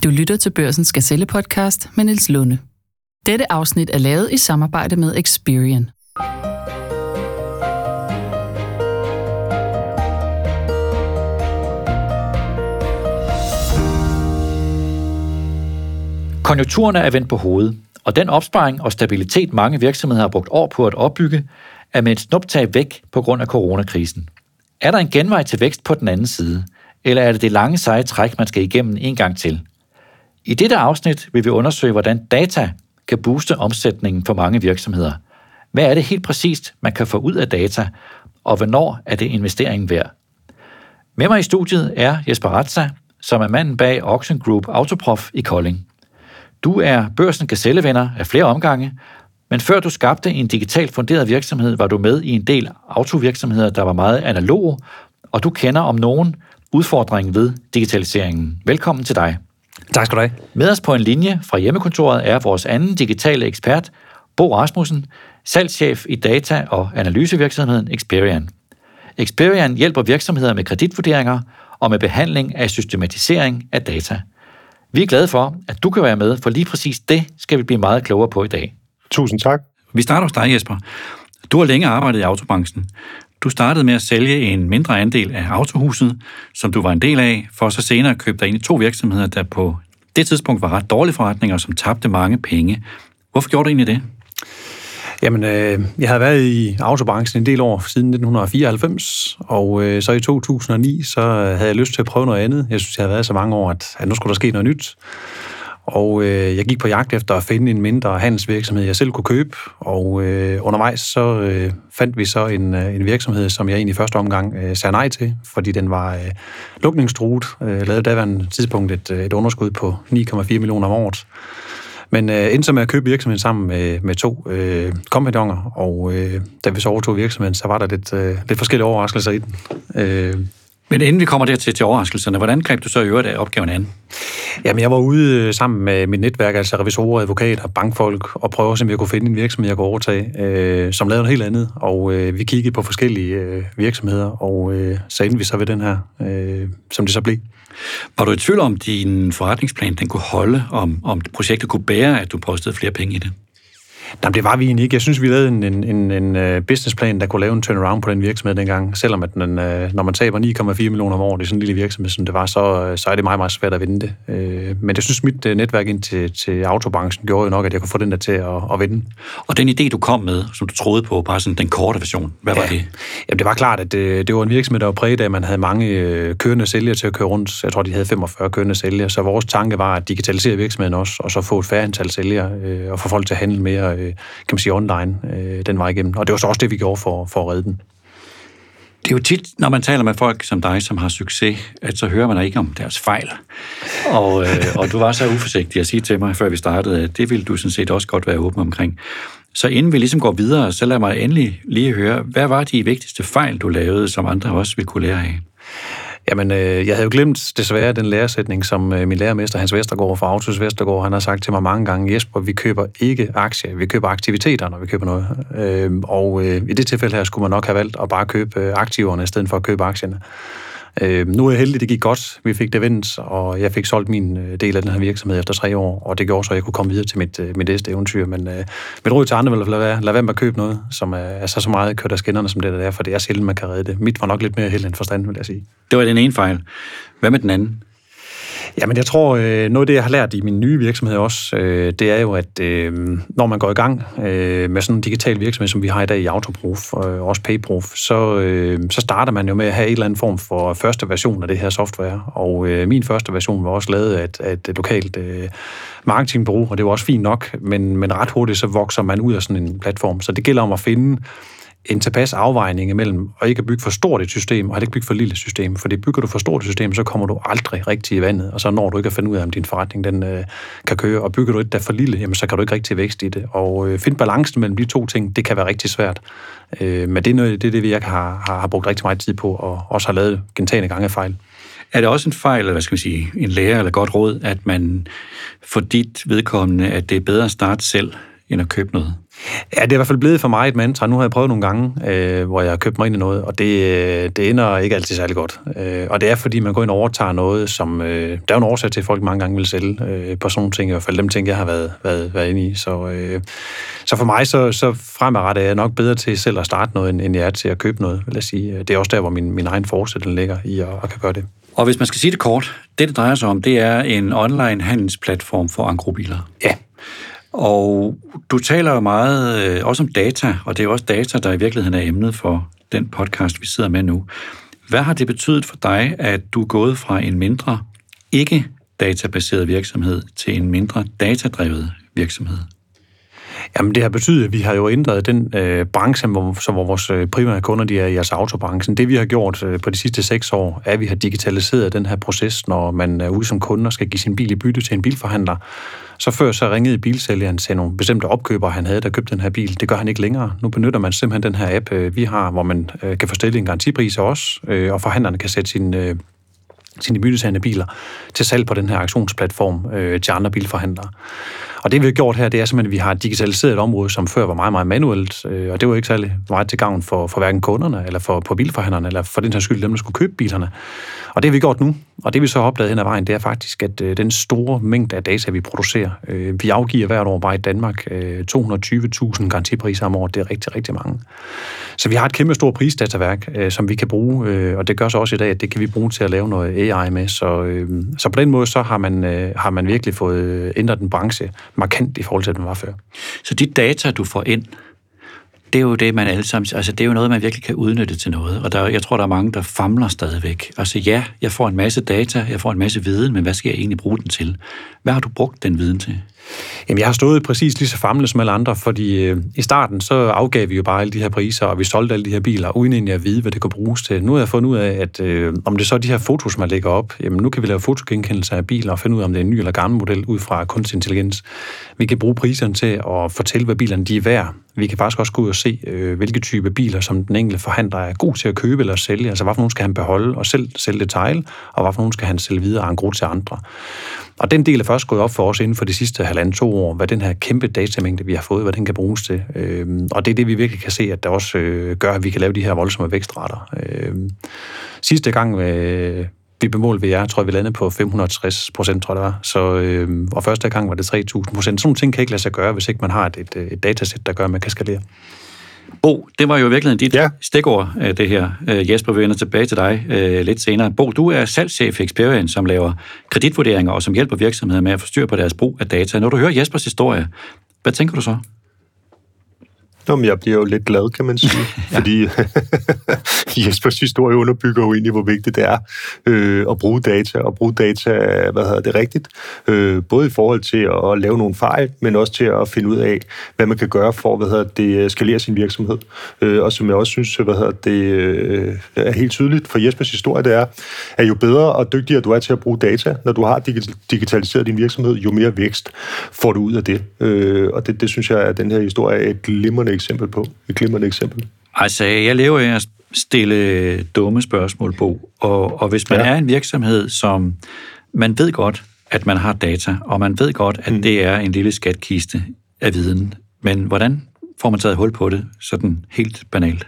Du lytter til Børsens Gazelle-podcast med Niels Lunde. Dette afsnit er lavet i samarbejde med Experian. Konjunkturerne er vendt på hovedet, og den opsparing og stabilitet, mange virksomheder har brugt år på at opbygge, er med et snuptag væk på grund af coronakrisen. Er der en genvej til vækst på den anden side, eller er det lange seje træk, man skal igennem en gang til? I dette afsnit vil vi undersøge, hvordan data kan booste omsætningen for mange virksomheder. Hvad er det helt præcist, man kan få ud af data, og hvornår er det investeringen værd? Med mig i studiet er Jesper Ratza, som er manden bag Auction Group Autoprof i Kolding. Du er Børsen Gazelle-venner af flere omgange, men før du skabte en digitalt funderet virksomhed, var du med i en del autovirksomheder, der var meget analoge, og du kender om nogen udfordringen ved digitaliseringen. Velkommen til dig. Tak skal du have. Med os på en linje fra hjemmekontoret er vores anden digitale ekspert, Bo Rasmussen, salgschef i data- og analysevirksomheden Experian. Experian hjælper virksomheder med kreditvurderinger og med behandling af systematisering af data. Vi er glade for, at du kan være med, for lige præcis det skal vi blive meget klogere på i dag. Tusind tak. Vi starter hos dig, Jesper. Du har længe arbejdet i autobranchen. Du startede med at sælge en mindre andel af Autohuset, som du var en del af, for så senere at købe dig ind i 2 virksomheder, der på det tidspunkt var ret dårlige forretninger, som tabte mange penge. Hvorfor gjorde du egentlig det? Jamen, jeg havde været i autobranchen en del år siden 1994, og så i 2009, så havde jeg lyst til at prøve noget andet. Jeg synes, jeg havde været så mange år, at nu skulle der ske noget nyt. Og jeg gik på jagt efter at finde en mindre handelsvirksomhed, jeg selv kunne købe, og undervejs så fandt vi så en virksomhed, som jeg egentlig i første omgang sagde nej til, fordi den var lukningstruet, lavede daværende tidspunkt et underskud på 9,4 millioner om året. Men endte så med at købe virksomheden sammen med 2 kompagnoner, og da vi så overtog virksomheden, så var der lidt forskellige overraskelser i den. Men inden vi kommer der til overraskelserne, hvordan greb du så i øvrigt af opgaven an? Jamen, jeg var ude sammen med mit netværk, altså revisorer, advokater, bankfolk, og prøve at se, om jeg kunne finde en virksomhed, jeg kunne overtage, som lavede noget helt andet. Og vi kiggede på forskellige virksomheder, og så endte vi så ved den her, som det så blev. Var du i tvivl om, din forretningsplan den kunne holde, om projektet kunne bære, at du postede flere penge i det? Jamen, det var vi egentlig ikke. Jeg synes, vi lavede en businessplan, der kunne lave en turnaround på den virksomhed dengang. Selvom at når man taber 9,4 millioner om året i sådan en lille virksomhed, som det var, så er det meget, meget svært at vinde det. Men jeg synes, mit netværk ind til autobranchen gjorde jo nok, at jeg kunne få den der til at vinde. Og den idé, du kom med, som du troede på, bare sådan den korte version, hvad var det? Jamen, det var klart, at det var en virksomhed, der var præget af, at man havde mange kørende sælgere til at køre rundt. Jeg tror, de havde 45 kørende sælgere. Så vores tanke var at digitalisere virksomheden også, og så få et færre antal sælgere, og få folk til at handle mere, kan man sige, online den vej igennem. Og det var så også det, vi gjorde for at redde den. Det er jo tit, når man taler med folk som dig, som har succes, at så hører man ikke om deres fejl. Og du var så uforsigtig at sige til mig, før vi startede, at det ville du sådan set også godt være åben omkring. Så inden vi ligesom går videre, så lad mig endelig lige høre, hvad var de vigtigste fejl, du lavede, som andre også ville kunne lære af? Jamen, jeg havde jo glemt desværre den læresætning, som min lærermester Hans Vestergaard fra Autos Vestergaard, han har sagt til mig mange gange: Jesper, vi køber ikke aktier, vi køber aktiviteter, når vi køber noget. Og i det tilfælde her skulle man nok have valgt at bare købe aktiverne, i stedet for at købe aktierne. Nu er jeg heldig, det gik godt. Vi fik det vendt, og jeg fik solgt min del af den her virksomhed efter 3 år, og det gjorde så, at jeg kunne komme videre til mit næste eventyr. Men mit råd til andre vil lade være med at købe noget, som er så meget kørt af skinnerne, som det der er, for det er sjældent, man kan redde det. Mit var nok lidt mere held end forstand, vil jeg sige. Det var den ene fejl. Hvad med den anden? Jamen, jeg tror, noget af det, jeg har lært i min nye virksomhed også, det er jo, at når man går i gang med sådan en digital virksomhed, som vi har i dag i Autoproof og også Payproof, så starter man jo med at have en eller anden form for første version af det her software. Og min første version var også lavet af et lokalt marketingbureau, og det var også fint nok, men ret hurtigt så vokser man ud af sådan en platform. Så det gælder om at finde en tilpas afvejning imellem, og ikke at bygge for stort et system, og ikke bygge for lille system. Fordi bygger du for stort et system, så kommer du aldrig rigtig i vandet, og så når du ikke at finde ud af, om din forretning den kan køre. Og bygger du et, der er for lille, jamen, så kan du ikke rigtig vækst i det. Og finde balancen mellem de 2 ting, det kan være rigtig svært. Men det er det, jeg har brugt rigtig meget tid på, og også har lavet gentagne gange fejl. Er det også en fejl, eller hvad skal man sige, en lære eller godt råd, at man for dit vedkommende, at det er bedre at starte selv, end at købe noget? Ja, det er i hvert fald blevet for mig et mantra. Nu har jeg prøvet nogle gange, hvor jeg har købt mig ind i noget, og det ender ikke altid særlig godt. Og det er, fordi man går ind og overtager noget, som... der er jo en årsag til, at folk mange gange vil sælge på sådan nogle ting, i hvert fald dem ting, jeg har været inde i. Så for mig, så fremadrettet er jeg nok bedre til selv at starte noget, end jeg er til at købe noget, vil jeg sige. Det er også der, hvor min egen forsætning ligger i at kan gøre det. Og hvis man skal sige det kort, det drejer sig om, det er en online handelsplatform for engrosbiler. Ja. Og du taler jo meget også om data, og det er jo også data, der i virkeligheden er emnet for den podcast, vi sidder med nu. Hvad har det betydet for dig, at du er gået fra en mindre ikke-databaseret virksomhed til en mindre datadrevet virksomhed? Jamen, det har betydet, at vi har jo ændret den branche, hvor vores primære kunder de er i autobranchen. Det, vi har gjort på de sidste 6 år, er, at vi har digitaliseret den her proces, når man er ude som kunde og skal give sin bil i bytte til en bilforhandler. Så før så ringede bilsælgeren til nogle bestemte opkøbere, han havde, der købte den her bil. Det gør han ikke længere. Nu benytter man simpelthen den her app, vi har, hvor man kan få stillet en garantipris af os, og forhandlerne kan sætte sine byttesagende biler til salg på den her auktionsplatform til andre bilforhandlere. Og det, vi har gjort her, det er simpelthen, at vi har digitaliseret et område, som før var meget, meget manuelt, og det var ikke særlig meget til gavn for hverken kunderne, eller for bilforhandlerne, eller for den her skyld dem, der skulle købe bilerne. Og det har vi gjort nu, og det vi så har opdaget hen ad vejen, det er faktisk, at den store mængde af data, vi producerer, vi afgiver hvert år bare i Danmark 220.000 garantipriser om året, det er rigtig, rigtig mange. Så vi har et kæmpe stort prisdataværk, som vi kan bruge, og det gør så også i dag, at det kan vi bruge til at lave noget AI med, så på den måde så har man virkelig fået ændret den branche markant i forhold til, den var før. Så de data, du får ind, det er jo det, man alle sammen... Altså, det er jo noget, man virkelig kan udnytte til noget. Og jeg tror, der er mange, der famler stadigvæk. Altså, ja, jeg får en masse data, jeg får en masse viden, men hvad skal jeg egentlig bruge den til? Hvad har du brugt den viden til? Jamen, jeg har stået præcis lige så famlet som alle andre, fordi i starten, så afgav vi jo bare alle de her priser, og vi solgte alle de her biler, uden egentlig at vide, hvad det kunne bruges til. Nu har jeg fundet ud af, at om det så er de her fotos, man lægger op, jamen nu kan vi lave fotogenkendelse af biler og finde ud af, om det er en ny eller gammel model ud fra kunstig intelligens. Vi kan bruge priserne til at fortælle, hvad bilerne de er værd. Vi kan faktisk også gå ud og se, hvilke type biler, som den enkelte forhandler er god til at købe eller sælge. Altså, hvad for nogle skal han beholde og selv sælge detail, og hvad for nogle skal han sælge videre en til andre. Og den del er først gået op for os inden for de sidste 1,5-2 år, hvad den her kæmpe datamængde, vi har fået, hvad den kan bruges til. Og det er det, vi virkelig kan se, at det også gør, at vi kan lave de her voldsomme vækstrater. Sidste gang vi bemålte ved jer, tror jeg, vi landede på 560%, tror jeg det var. Så, og første gang var det 3.000%. Sådan nogle ting kan ikke lade sig gøre, hvis ikke man har et datasæt, der gør, at man kan skalere. Bo, det var jo virkelig dit stikord, det her. Jesper, vi vender tilbage til dig lidt senere. Bo, du er salgschef i Experian, som laver kreditvurderinger og som hjælper virksomheder med at få styr på deres brug af data. Når du hører Jespers historie, hvad tænker du så? Jamen, jeg bliver jo lidt glad, kan man sige, fordi Jespers historie underbygger jo egentlig, hvor vigtigt det er at bruge data, rigtigt. Både i forhold til at lave nogle fejl, men også til at finde ud af, hvad man kan gøre for, skalere sin virksomhed. Og som jeg også synes, er helt tydeligt for Jespers historie, det er, at jo bedre og dygtigere du er til at bruge data, når du har digitaliseret din virksomhed, jo mere vækst får du ud af det. Og det synes jeg, at den her historie er et glimrende eksempel på. Et glimrende eksempel. Altså, jeg lever af at stille dumme spørgsmål på, og hvis man er en virksomhed, som man ved godt, at man har data, og man ved godt, at det er en lille skatkiste af viden, men hvordan får man taget hul på det, sådan helt banalt?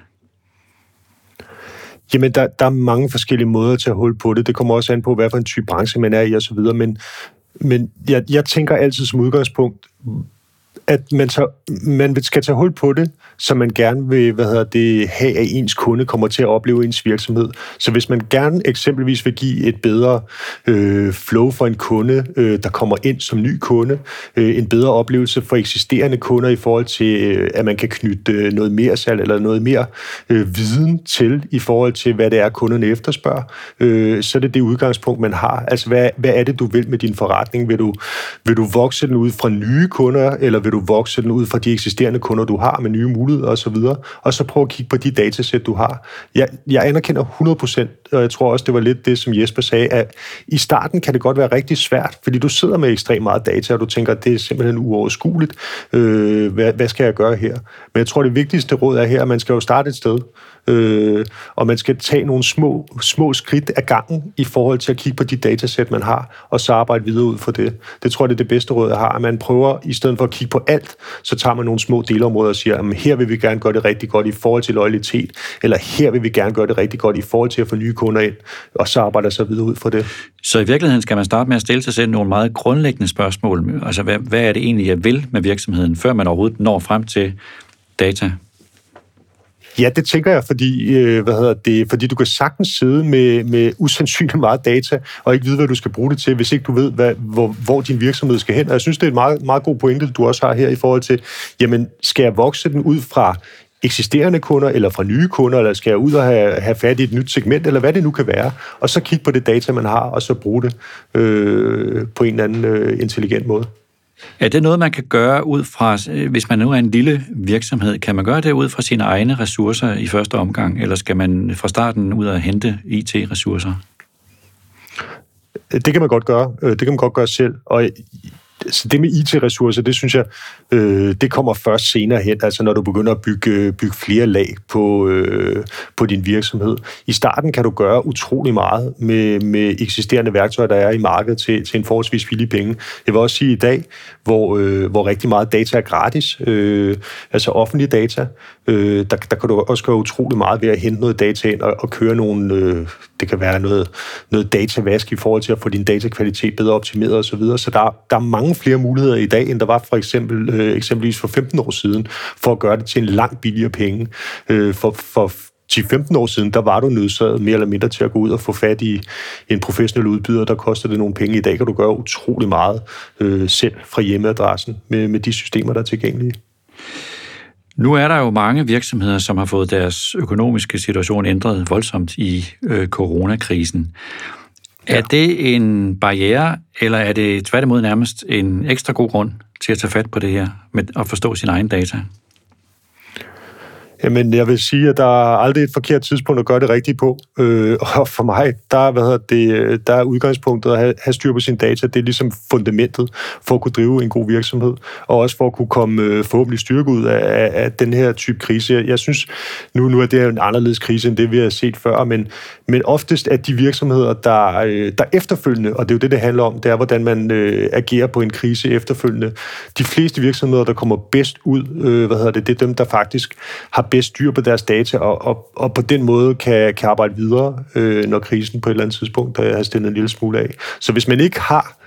Jamen, der er mange forskellige måder at tage hul på det. Det kommer også an på, hvad for en type branche man er i, og så videre, men jeg tænker altid som udgangspunkt, at man skal tage hul på det, så man gerne vil have, at ens kunde kommer til at opleve ens virksomhed. Så hvis man gerne eksempelvis vil give et bedre flow for en kunde, der kommer ind som ny kunde, en bedre oplevelse for eksisterende kunder i forhold til, at man kan knytte noget mere salg eller noget mere viden til i forhold til, hvad det er, kunderne efterspørger, så er det udgangspunkt, man har. Altså, hvad er det, du vil med din forretning? Vil du vokse den ud fra nye kunder, eller vil du vokse den ud fra de eksisterende kunder, du har med nye muligheder osv., og så prøv at kigge på de datasæt, du har. Jeg anerkender 100%, og jeg tror også, det var lidt det, som Jesper sagde, at i starten kan det godt være rigtig svært, fordi du sidder med ekstremt meget data, og du tænker, at det er simpelthen uoverskueligt. Hvad skal jeg gøre her? Men jeg tror, det vigtigste råd er her, at man skal jo starte et sted, og man skal tage nogle små skridt ad gangen i forhold til at kigge på de datasæt, man har, og så arbejde videre ud for det. Det tror jeg, det er det bedste råd, jeg har, at man prøver, i stedet for at kigge på alt, så tager man nogle små delområder og siger, at her vil vi gerne gøre det rigtig godt i forhold til loyalitet, eller her vil vi gerne gøre det rigtig godt i forhold til at få nye kunder ind, og så arbejder så videre ud fra det. Så i virkeligheden skal man starte med at stille sig selv nogle meget grundlæggende spørgsmål. Altså, hvad er det egentlig, jeg vil med virksomheden, før man overhovedet når frem til data? Ja, det tænker jeg, fordi du kan sagtens sidde med usandsynligt meget data, og ikke vide, hvad du skal bruge det til, hvis ikke du ved, hvor din virksomhed skal hen. Og jeg synes, det er et meget, meget god pointe, du også har her i forhold til, jamen, skal jeg vokse den ud fra eksisterende kunder, eller fra nye kunder, eller skal jeg ud og have fat i et nyt segment, eller hvad det nu kan være, og så kigge på det data, man har, og så bruge det på en eller anden intelligent måde. Er det noget, man kan gøre ud fra, hvis man nu er en lille virksomhed, kan man gøre det ud fra sine egne ressourcer i første omgang, eller skal man fra starten ud og hente IT-ressourcer? Det kan man godt gøre. Det kan man godt gøre selv. Og så det med IT-ressourcer, det synes jeg, det kommer først senere hen, altså når du begynder at bygge flere lag på din virksomhed. I starten kan du gøre utrolig meget med eksisterende værktøjer, der er i markedet til en forholdsvis billig penge. Jeg vil også sige i dag, hvor rigtig meget data er gratis, altså offentlig data, der kan du også gøre utrolig meget ved at hente noget data ind og køre nogle, det kan være noget datavask i forhold til at få din datakvalitet bedre optimeret osv. Så der er mange flere muligheder i dag, end der var for eksempelvis for 15 år siden, for at gøre det til en langt billigere penge. For 10-15 år siden, der var du nødsaget mere eller mindre til at gå ud og få fat i en professionel udbyder, der koster det nogle penge. I dag kan du gøre utrolig meget selv fra hjemmeadressen med de systemer, der er tilgængelige. Nu er der jo mange virksomheder, som har fået deres økonomiske situation ændret voldsomt i coronakrisen. Ja. Er det en barriere, eller er det tværtimod nærmest en ekstra god grund til at tage fat på det her med at forstå sin egen data? Jamen, jeg vil sige, at der er aldrig et forkert tidspunkt at gøre det rigtigt på. Og for mig, der er udgangspunktet at have styr på sin data. Det er ligesom fundamentet for at kunne drive en god virksomhed, og også for at kunne komme forhåbentlig styrke ud af den her type krise. Jeg synes, nu er det en anderledes krise, end det vi har set før, men oftest er de virksomheder, der efterfølgende, og det er jo det handler om, det er, hvordan man agerer på en krise efterfølgende. De fleste virksomheder, der kommer bedst ud, det er dem, der faktisk har bedst styr på deres data, og på den måde kan arbejde videre, når krisen på et eller andet tidspunkt har stillet en lille smule af. Så hvis man ikke har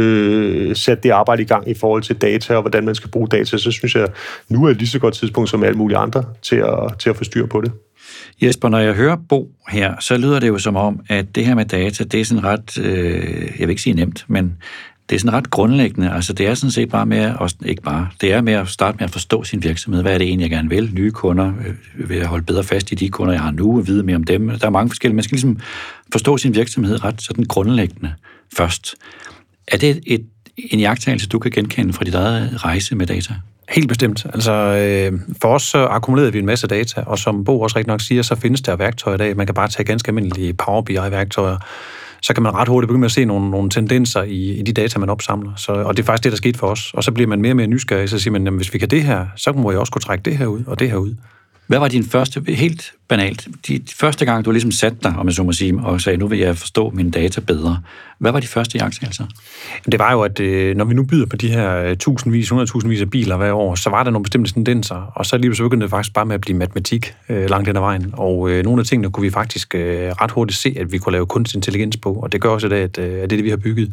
sat det arbejde i gang i forhold til data, og hvordan man skal bruge data, så synes jeg, nu er et lige så godt tidspunkt som alle mulige andre til at få styr på det. Jesper, når jeg hører Bo her, så lyder det jo som om, at det her med data, det er sådan ret, jeg vil ikke sige nemt, men det er sådan ret grundlæggende. Altså det er sådan set bare med det er med at starte med at forstå sin virksomhed. Hvad er det egentlig, jeg gerne vil? Nye kunder, vil jeg holde bedre fast i de kunder, jeg har nu, og vide mere om dem. Der er mange forskellige. Man skal ligesom forstå sin virksomhed ret sådan grundlæggende først. Er det en iagttagelse, du kan genkende fra dit eget rejse med data? Helt bestemt. Altså, for os så akkumulerede vi en masse data, og som Bo også rigtig nok siger, så findes der værktøjer i dag. Man kan bare tage ganske almindelige Power BI-værktøjer. Så kan man ret hurtigt begynde at se nogle tendenser i de data, man opsamler. Og det er faktisk det, der skete for os. Og så bliver man mere og mere nysgerrig, så siger man, hvis vi kan det her, så må jeg også kunne trække det her ud og det her ud. Hvad var din første, helt banalt, de første gang, du ligesom satte dig, om jeg så må sige, og sagde, nu vil jeg forstå mine data bedre. Hvad var de første iagttagelser? Det var jo, at når vi nu byder på de her 100.000 af biler hver år, så var der nogle bestemte tendenser, og så lige så begyndte det faktisk bare med at blive matematik langt hen ad vejen. Og nogle af tingene kunne vi faktisk ret hurtigt se, at vi kunne lave kunstig intelligens på, og det gør også i dag, at det vi har bygget.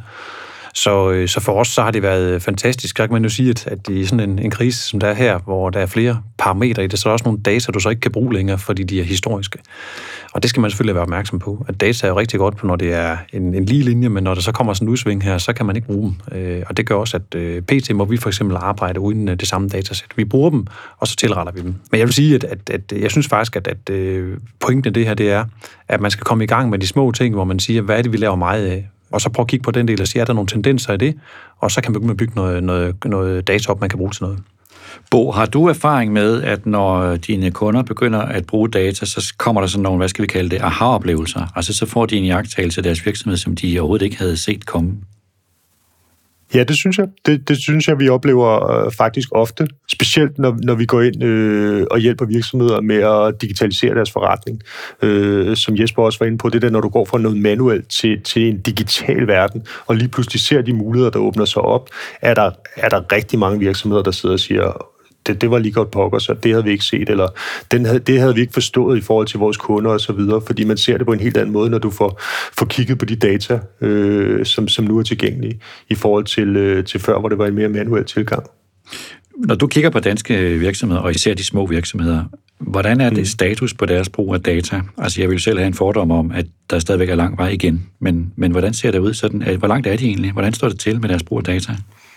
Så for os så har det været fantastisk. Så kan man jo sige, at i sådan en krise, som der er her, hvor der er flere parametre i det, så er der også nogle data, du så ikke kan bruge længere, fordi de er historiske. Og det skal man selvfølgelig være opmærksom på. At data er jo rigtig godt på, når det er en lige linje, men når der så kommer sådan en udsving her, så kan man ikke bruge dem. Og det gør også, at PT må vi for eksempel arbejde uden det samme datasæt. Vi bruger dem, og så tilretter vi dem. Men jeg vil sige, at jeg synes faktisk, at pointen af det her, det er, at man skal komme i gang med de små ting, hvor man siger, hvad er det, vi laver meget af? Og så prøve at kigge på den del og sige, er der nogle tendenser i det? Og så kan man begynde at bygge noget data op, man kan bruge til noget. Bo, har du erfaring med, at når dine kunder begynder at bruge data, så kommer der sådan nogle, hvad skal vi kalde det, aha-oplevelser? Altså så får de en iagttagelse af deres virksomhed, som de overhovedet ikke havde set komme? Ja, det synes jeg. Det synes jeg, vi oplever faktisk ofte. Specielt når vi går ind og hjælper virksomheder med at digitalisere deres forretning. Som Jesper også var inde på, det der, når du går fra noget manuelt til en digital verden, og lige pludselig ser de muligheder, der åbner sig op, er der rigtig mange virksomheder, der sidder og siger, det var lige godt pokker, så det havde vi ikke set, eller det havde vi ikke forstået i forhold til vores kunder og så videre, fordi man ser det på en helt anden måde, når du får kigget på de data, som nu er tilgængelige, i forhold til før, hvor det var en mere manuel tilgang. Når du kigger på danske virksomheder, og især de små virksomheder, hvordan er det status på deres brug af data? Altså, jeg vil selv have en fordom om, at der stadigvæk er lang vej igen, men hvordan ser det ud sådan? Hvor langt er de egentlig? Hvordan står det til med deres brug af data?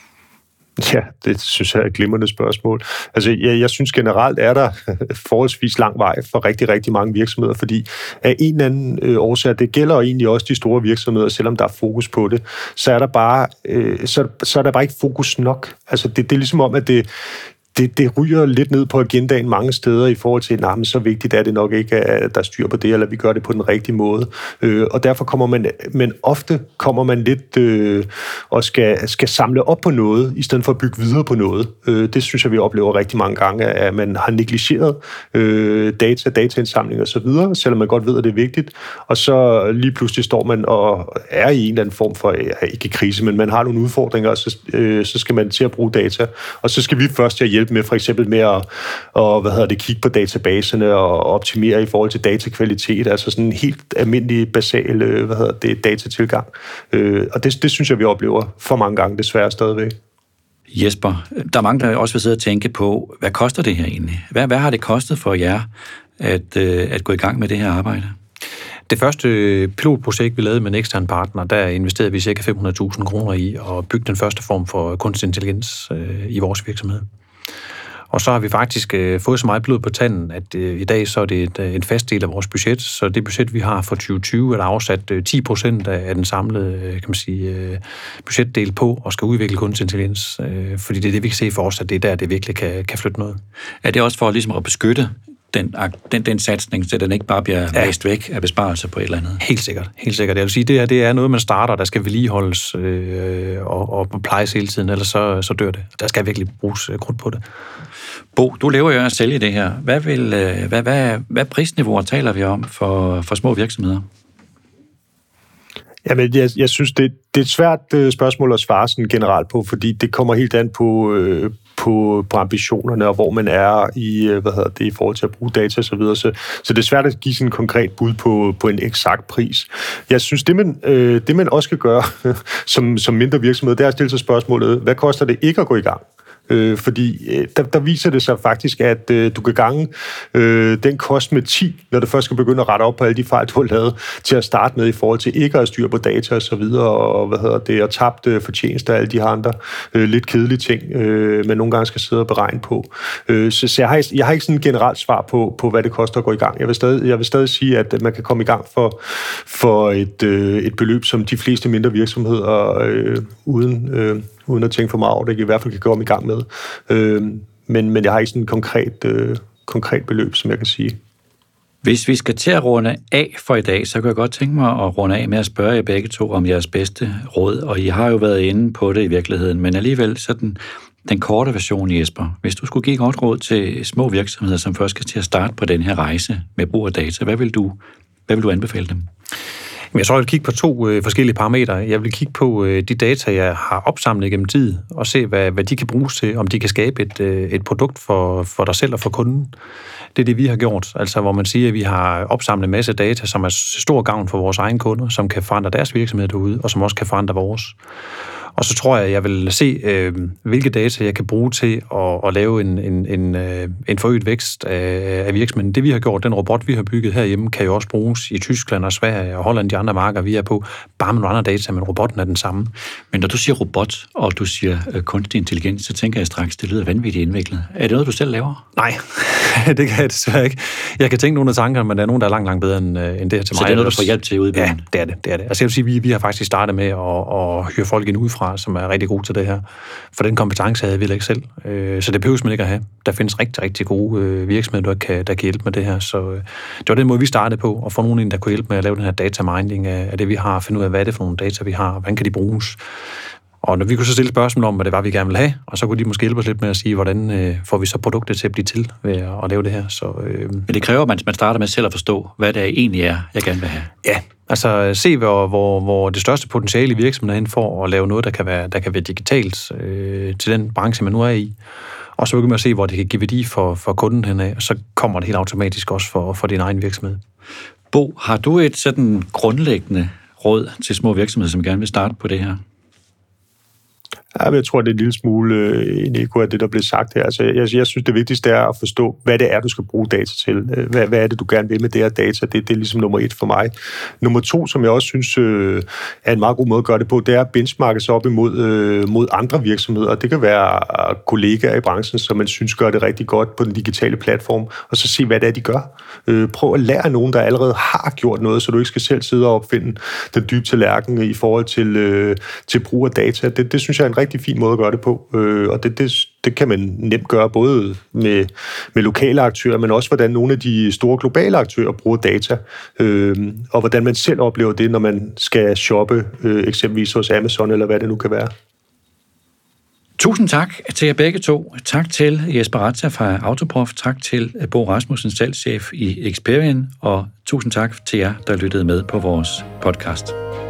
Ja, det synes jeg er et glimrende spørgsmål. Altså, jeg synes generelt er der forholdsvis lang vej for rigtig, rigtig mange virksomheder, fordi af en eller anden årsag, det gælder egentlig også de store virksomheder, selvom der er fokus på det, så er der bare, så er der bare ikke fokus nok. Altså, det er ligesom om, at det ryger lidt ned på agendaen mange steder i forhold til, men så vigtigt er det nok ikke, at der styr på det, eller vi gør det på den rigtige måde. Og derfor kommer men ofte kommer man lidt og skal samle op på noget, i stedet for at bygge videre på noget. Det synes jeg, vi oplever rigtig mange gange, at man har negligeret dataindsamling og så videre, selvom man godt ved, at det er vigtigt. Og så lige pludselig står man og er i en eller anden form for, ikke krise, men man har nogle udfordringer, og så skal man til at bruge data. Og så skal vi først hjælpe med for eksempel med at kigge på databaserne og optimere i forhold til datakvalitet, altså sådan en helt almindelig basal datatilgang. Og det synes jeg, vi oplever for mange gange desværre stadigvæk. Jesper, der er mange, der også vil sidde og tænke på, hvad koster det her egentlig? Hvad har det kostet for jer at gå i gang med det her arbejde? Det første pilotprojekt, vi lavede med en ekstern partner, der investerede vi ca. 500.000 kroner i at bygge den første form for kunstig intelligens i vores virksomhed. Og så har vi faktisk fået så meget blod på tanden, at i dag så er det en fast del af vores budget. Så det budget, vi har for 2020, er der afsat 10% af den samlede budgetdel på og skal udvikle kunstig intelligens. Fordi det er det, vi kan se for os, at det er der, det virkelig kan flytte noget. Er det også for ligesom at beskytte den satsning, så den ikke bare bliver læst væk af besparelser på et eller andet? Helt sikkert. Jeg vil sige, det er noget, man starter, der skal vedligeholdes og plejes hele tiden, ellers så dør det. Der skal virkelig bruges krudt på det. Bo, du lever jo af at sælge det her. Hvad prisniveauer taler vi om for små virksomheder? Jamen, jeg synes, det er et svært spørgsmål at svare sådan generelt på, fordi det kommer helt an på ambitionerne, og hvor man er i forhold til at bruge data og så videre. Så det er svært at give sådan en konkret bud på en eksakt pris. Jeg synes, det man også skal gøre som mindre virksomhed, det er at stille sig spørgsmålet, hvad koster det ikke at gå i gang? Fordi der viser det sig faktisk, at du kan gange den kost med 10, når du først skal begynde at rette op på alle de fejl, du har lavet til at starte med i forhold til ikke at styre på data og så videre, og og tabt fortjenester og alle de her andre lidt kedelige ting, man nogle gange skal sidde og beregne på. Så jeg har ikke sådan et generelt svar på, hvad det koster at gå i gang. Jeg vil stadig sige, at man kan komme i gang for et beløb, som de fleste mindre virksomheder uden at tænke for meget over det, i hvert fald kan komme i gang med. Men jeg har ikke sådan et konkret beløb, som jeg kan sige. Hvis vi skal til at runde af for i dag, så kan jeg godt tænke mig at runde af med at spørge jer begge to om jeres bedste råd, og I har jo været inde på det i virkeligheden, men alligevel sådan den korte version, Jesper. Hvis du skulle give et godt råd til små virksomheder, som først skal til at starte på den her rejse med brug af data, hvad vil du anbefale dem? Jeg tror, jeg vil kigge på 2 forskellige parametre. Jeg vil kigge på de data, jeg har opsamlet gennem tid, og se, hvad de kan bruges til, om de kan skabe et produkt for dig selv og for kunden. Det er det, vi har gjort. Altså, hvor man siger, at vi har opsamlet en masse data, som er stor gavn for vores egne kunder, som kan forandre deres virksomhed derude, og som også kan forandre vores. Og så tror jeg vil se, hvilke data jeg kan bruge til at lave en forøget vækst af virksomheden. Det vi har gjort, den robot vi har bygget herhjemme, kan jo også bruges i Tyskland og Sverige og Holland, de andre marker vi er på, bare med nogle andre data, men robotten er den samme. Men når du siger robot, og du siger kunstig intelligens, så tænker jeg straks, det lyder vanvittigt indviklet. Er det noget, du selv laver? Nej, det kan jeg desværre ikke. Jeg kan tænke nogle af tankerne, men der er nogen, der er langt bedre end det her til mig. Så det er noget, du får hjælp til ude i byen? Ja, det er det. Altså jeg vil sige, vi har faktisk startet med at hyre folk ind udefra, som er rigtig gode til det her. For den kompetence havde vi ikke selv. Så det behøves man ikke at have. Der findes rigtig, rigtig gode virksomheder, der kan hjælpe med det her. Så det var den måde, vi startede på, at få nogen ind, der kunne hjælpe med at lave den her data mining af det, vi har, finde ud af, hvad er det for nogle data, vi har, og hvordan kan de bruges. Og når vi kunne så stille spørgsmål om, hvad det var, vi gerne ville have, og så kunne de måske hjælpe os lidt med at sige, hvordan får vi så produktet til at blive til ved at lave det her. Så, Men det kræver, at man starter med selv at forstå, hvad det egentlig er, jeg gerne vil have. Ja, altså se, hvor det største potentiale i virksomheden for at lave noget, der kan være digitalt til den branche, man nu er i. Og så begynder man at se, hvor det kan give værdi for kunden henad, og så kommer det helt automatisk også for din egen virksomhed. Bo, har du et sådan grundlæggende råd til små virksomheder, som gerne vil starte på det her? Ja, jeg tror, det er en lille smule en eko af det, der blev sagt her. Altså, jeg synes, det vigtigste er at forstå, hvad det er, du skal bruge data til. Hvad er det, du gerne vil med det her data? Det er ligesom nummer 1 for mig. Nummer 2, som jeg også synes er en meget god måde at gøre det på, det er at benchmarke sig op mod andre virksomheder. Det kan være kollegaer i branchen, som man synes gør det rigtig godt på den digitale platform, og så se, hvad det er, de gør. Prøv at lære nogen, der allerede har gjort noget, så du ikke skal selv sidde og opfinde den dybe tallerken i forhold til brug af data. Det synes jeg er en rigtig fin måde at gøre det på, og det kan man nemt gøre både med lokale aktører, men også hvordan nogle af de store globale aktører bruger data, og hvordan man selv oplever det, når man skal shoppe eksempelvis hos Amazon, eller hvad det nu kan være. Tusind tak til jer begge to. Tak til Jesper Ratza fra Autoprof, tak til Bo Rasmussen, salgschef i Experian, og tusind tak til jer, der lyttede med på vores podcast.